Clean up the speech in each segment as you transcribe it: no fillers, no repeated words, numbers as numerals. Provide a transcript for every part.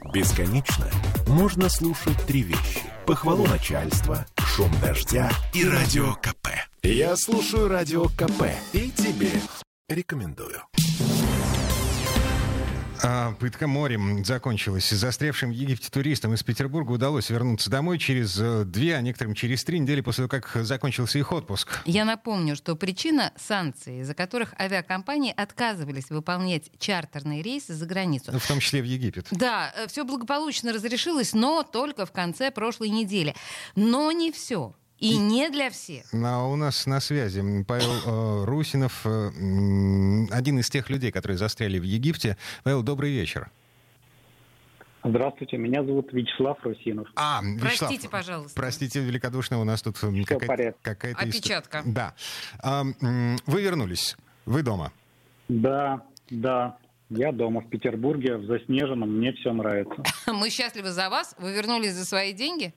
Бесконечно можно слушать три вещи: похвалу начальства, шум дождя и радио КП. Я слушаю радио КП и тебе рекомендую. Пытка морем закончилась. Застрявшим в Египте туристам из Петербурга удалось вернуться домой через 2, а некоторым через 3 недели после того, как закончился их отпуск. Я напомню, что причина — санкции, из-за которых авиакомпании отказывались выполнять чартерные рейсы за границу. В том числе в Египет. Да, все благополучно разрешилось, но только в конце прошлой недели. Но не все. И не для всех. У нас на связи Павел Русинов, один из тех людей, которые застряли в Египте. Павел, добрый вечер. Здравствуйте, меня зовут Вячеслав Русинов. Вячеслав, простите, пожалуйста. Простите великодушно, у нас тут какая-то опечатка. Да. Вы вернулись, вы дома? Да. Я дома в Петербурге, в заснеженном, мне все нравится. Мы счастливы за вас. Вы вернулись за свои деньги?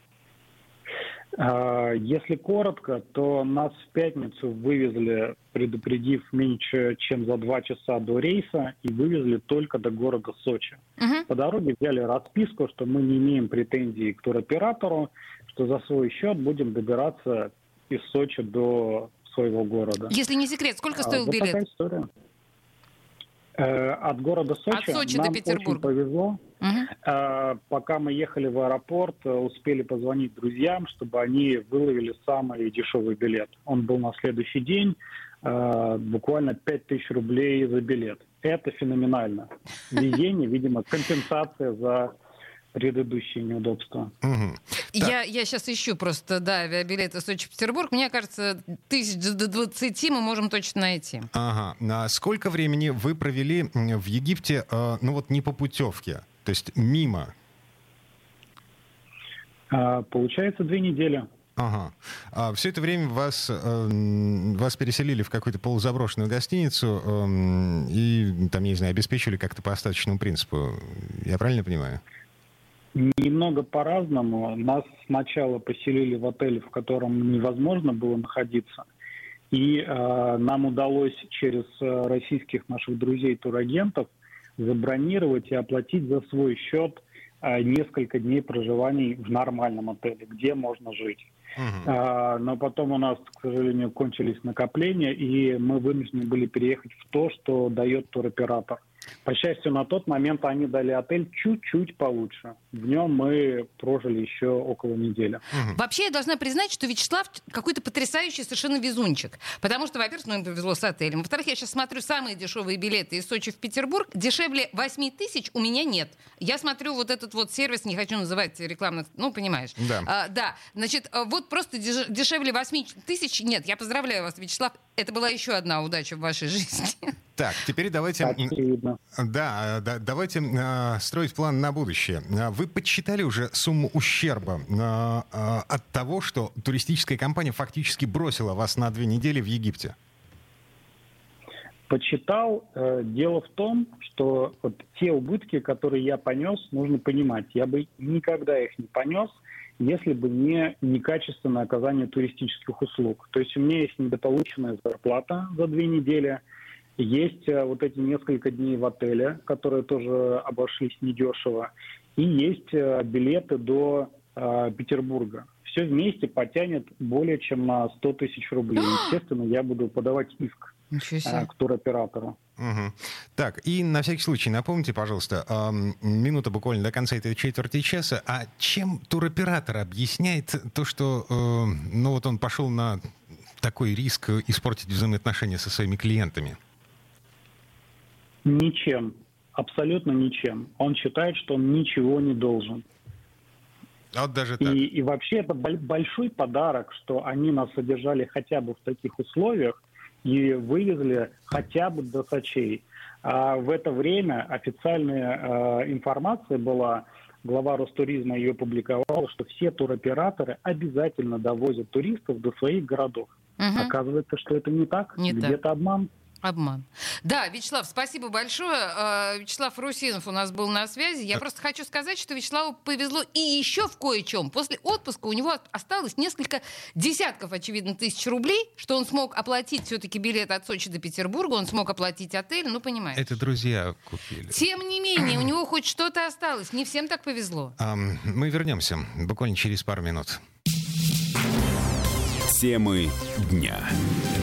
Если коротко, то нас в пятницу вывезли, предупредив меньше, чем за 2 часа до рейса, и вывезли только до города Сочи. Угу. По дороге взяли расписку, что мы не имеем претензий к туроператору, что за свой счет будем добираться из Сочи до своего города. Если не секрет, сколько стоил вот билет? Такая история. От города Сочи, От Сочи нам до Петербурга. очень повезло. Угу. Пока мы ехали в аэропорт, успели позвонить друзьям, чтобы они выловили самый дешевый билет. Он был на следующий день, буквально 5000 рублей за билет. Это феноменально. Везение, видимо, компенсация за предыдущие неудобства. Угу. Я сейчас ищу просто, авиабилеты Сочи-Петербург. Мне кажется, 1000 до 20 мы можем точно найти. Ага. Сколько времени вы провели в Египте, не по путевке, то есть мимо? Получается 2 недели. Ага. Все это время вас переселили в какую-то полузаброшенную гостиницу и, обеспечивали как-то по остаточному принципу. Я правильно понимаю? Немного по-разному. Нас сначала поселили в отеле, в котором невозможно было находиться. И нам удалось через российских наших друзей-турагентов забронировать и оплатить за свой счет несколько дней проживаний в нормальном отеле, где можно жить. Но потом у нас, к сожалению, кончились накопления, и мы вынуждены были переехать в то, что дает туроператор. По счастью, на тот момент они дали отель чуть-чуть получше. В нем мы прожили еще около недели. Вообще, я должна признать, что Вячеслав какой-то потрясающий совершенно везунчик. Потому что, во-первых, им повезло с отелем. Во-вторых, я сейчас смотрю самые дешевые билеты из Сочи в Петербург. Дешевле 8000 у меня нет. Я смотрю вот этот вот сервис, не хочу называть рекламных, понимаешь. Да. Значит, вот просто дешевле 8000 нет. Я поздравляю вас, Вячеслав. Это была еще одна удача в вашей жизни. Так, теперь давайте... Очевидно. Давайте строить план на будущее. Вы подсчитали уже сумму ущерба от того, что туристическая компания фактически бросила вас на 2 недели в Египте? Подсчитал. Дело в том, что вот те убытки, которые я понес, нужно понимать. Я бы никогда их не понес, если бы не некачественное оказание туристических услуг. То есть у меня есть недополученная зарплата за 2 недели, есть вот эти несколько дней в отеле, которые тоже обошлись недешево, и есть билеты до Петербурга. Все вместе потянет более чем на 100 000 рублей. Естественно, я буду подавать иск к туроператору. Угу. Так, и на всякий случай напомните, пожалуйста, минута буквально до конца этой четверти часа, а чем туроператор объясняет то, что он пошел на такой риск испортить взаимоотношения со своими клиентами? Ничем. Абсолютно ничем. Он считает, что он ничего не должен. Вот даже так. И вообще это большой подарок, что они нас содержали хотя бы в таких условиях и вывезли хотя бы до Сочи. А в это время официальная информация была, глава Ростуризма ее публиковала, что все туроператоры обязательно довозят туристов до своих городов. Оказывается, что это не так. Где-то обман. Обман. Да, Вячеслав, спасибо большое. Вячеслав Русинов у нас был на связи. Я просто хочу сказать, что Вячеславу повезло и еще в кое-чем. После отпуска у него осталось несколько десятков, очевидно, тысяч рублей, что он смог оплатить все-таки билет от Сочи до Петербурга, он смог оплатить отель, ну, понимаете. Это друзья купили. Тем не менее, у него хоть что-то осталось. Не всем так повезло. Мы вернемся буквально через пару минут. Темы дня.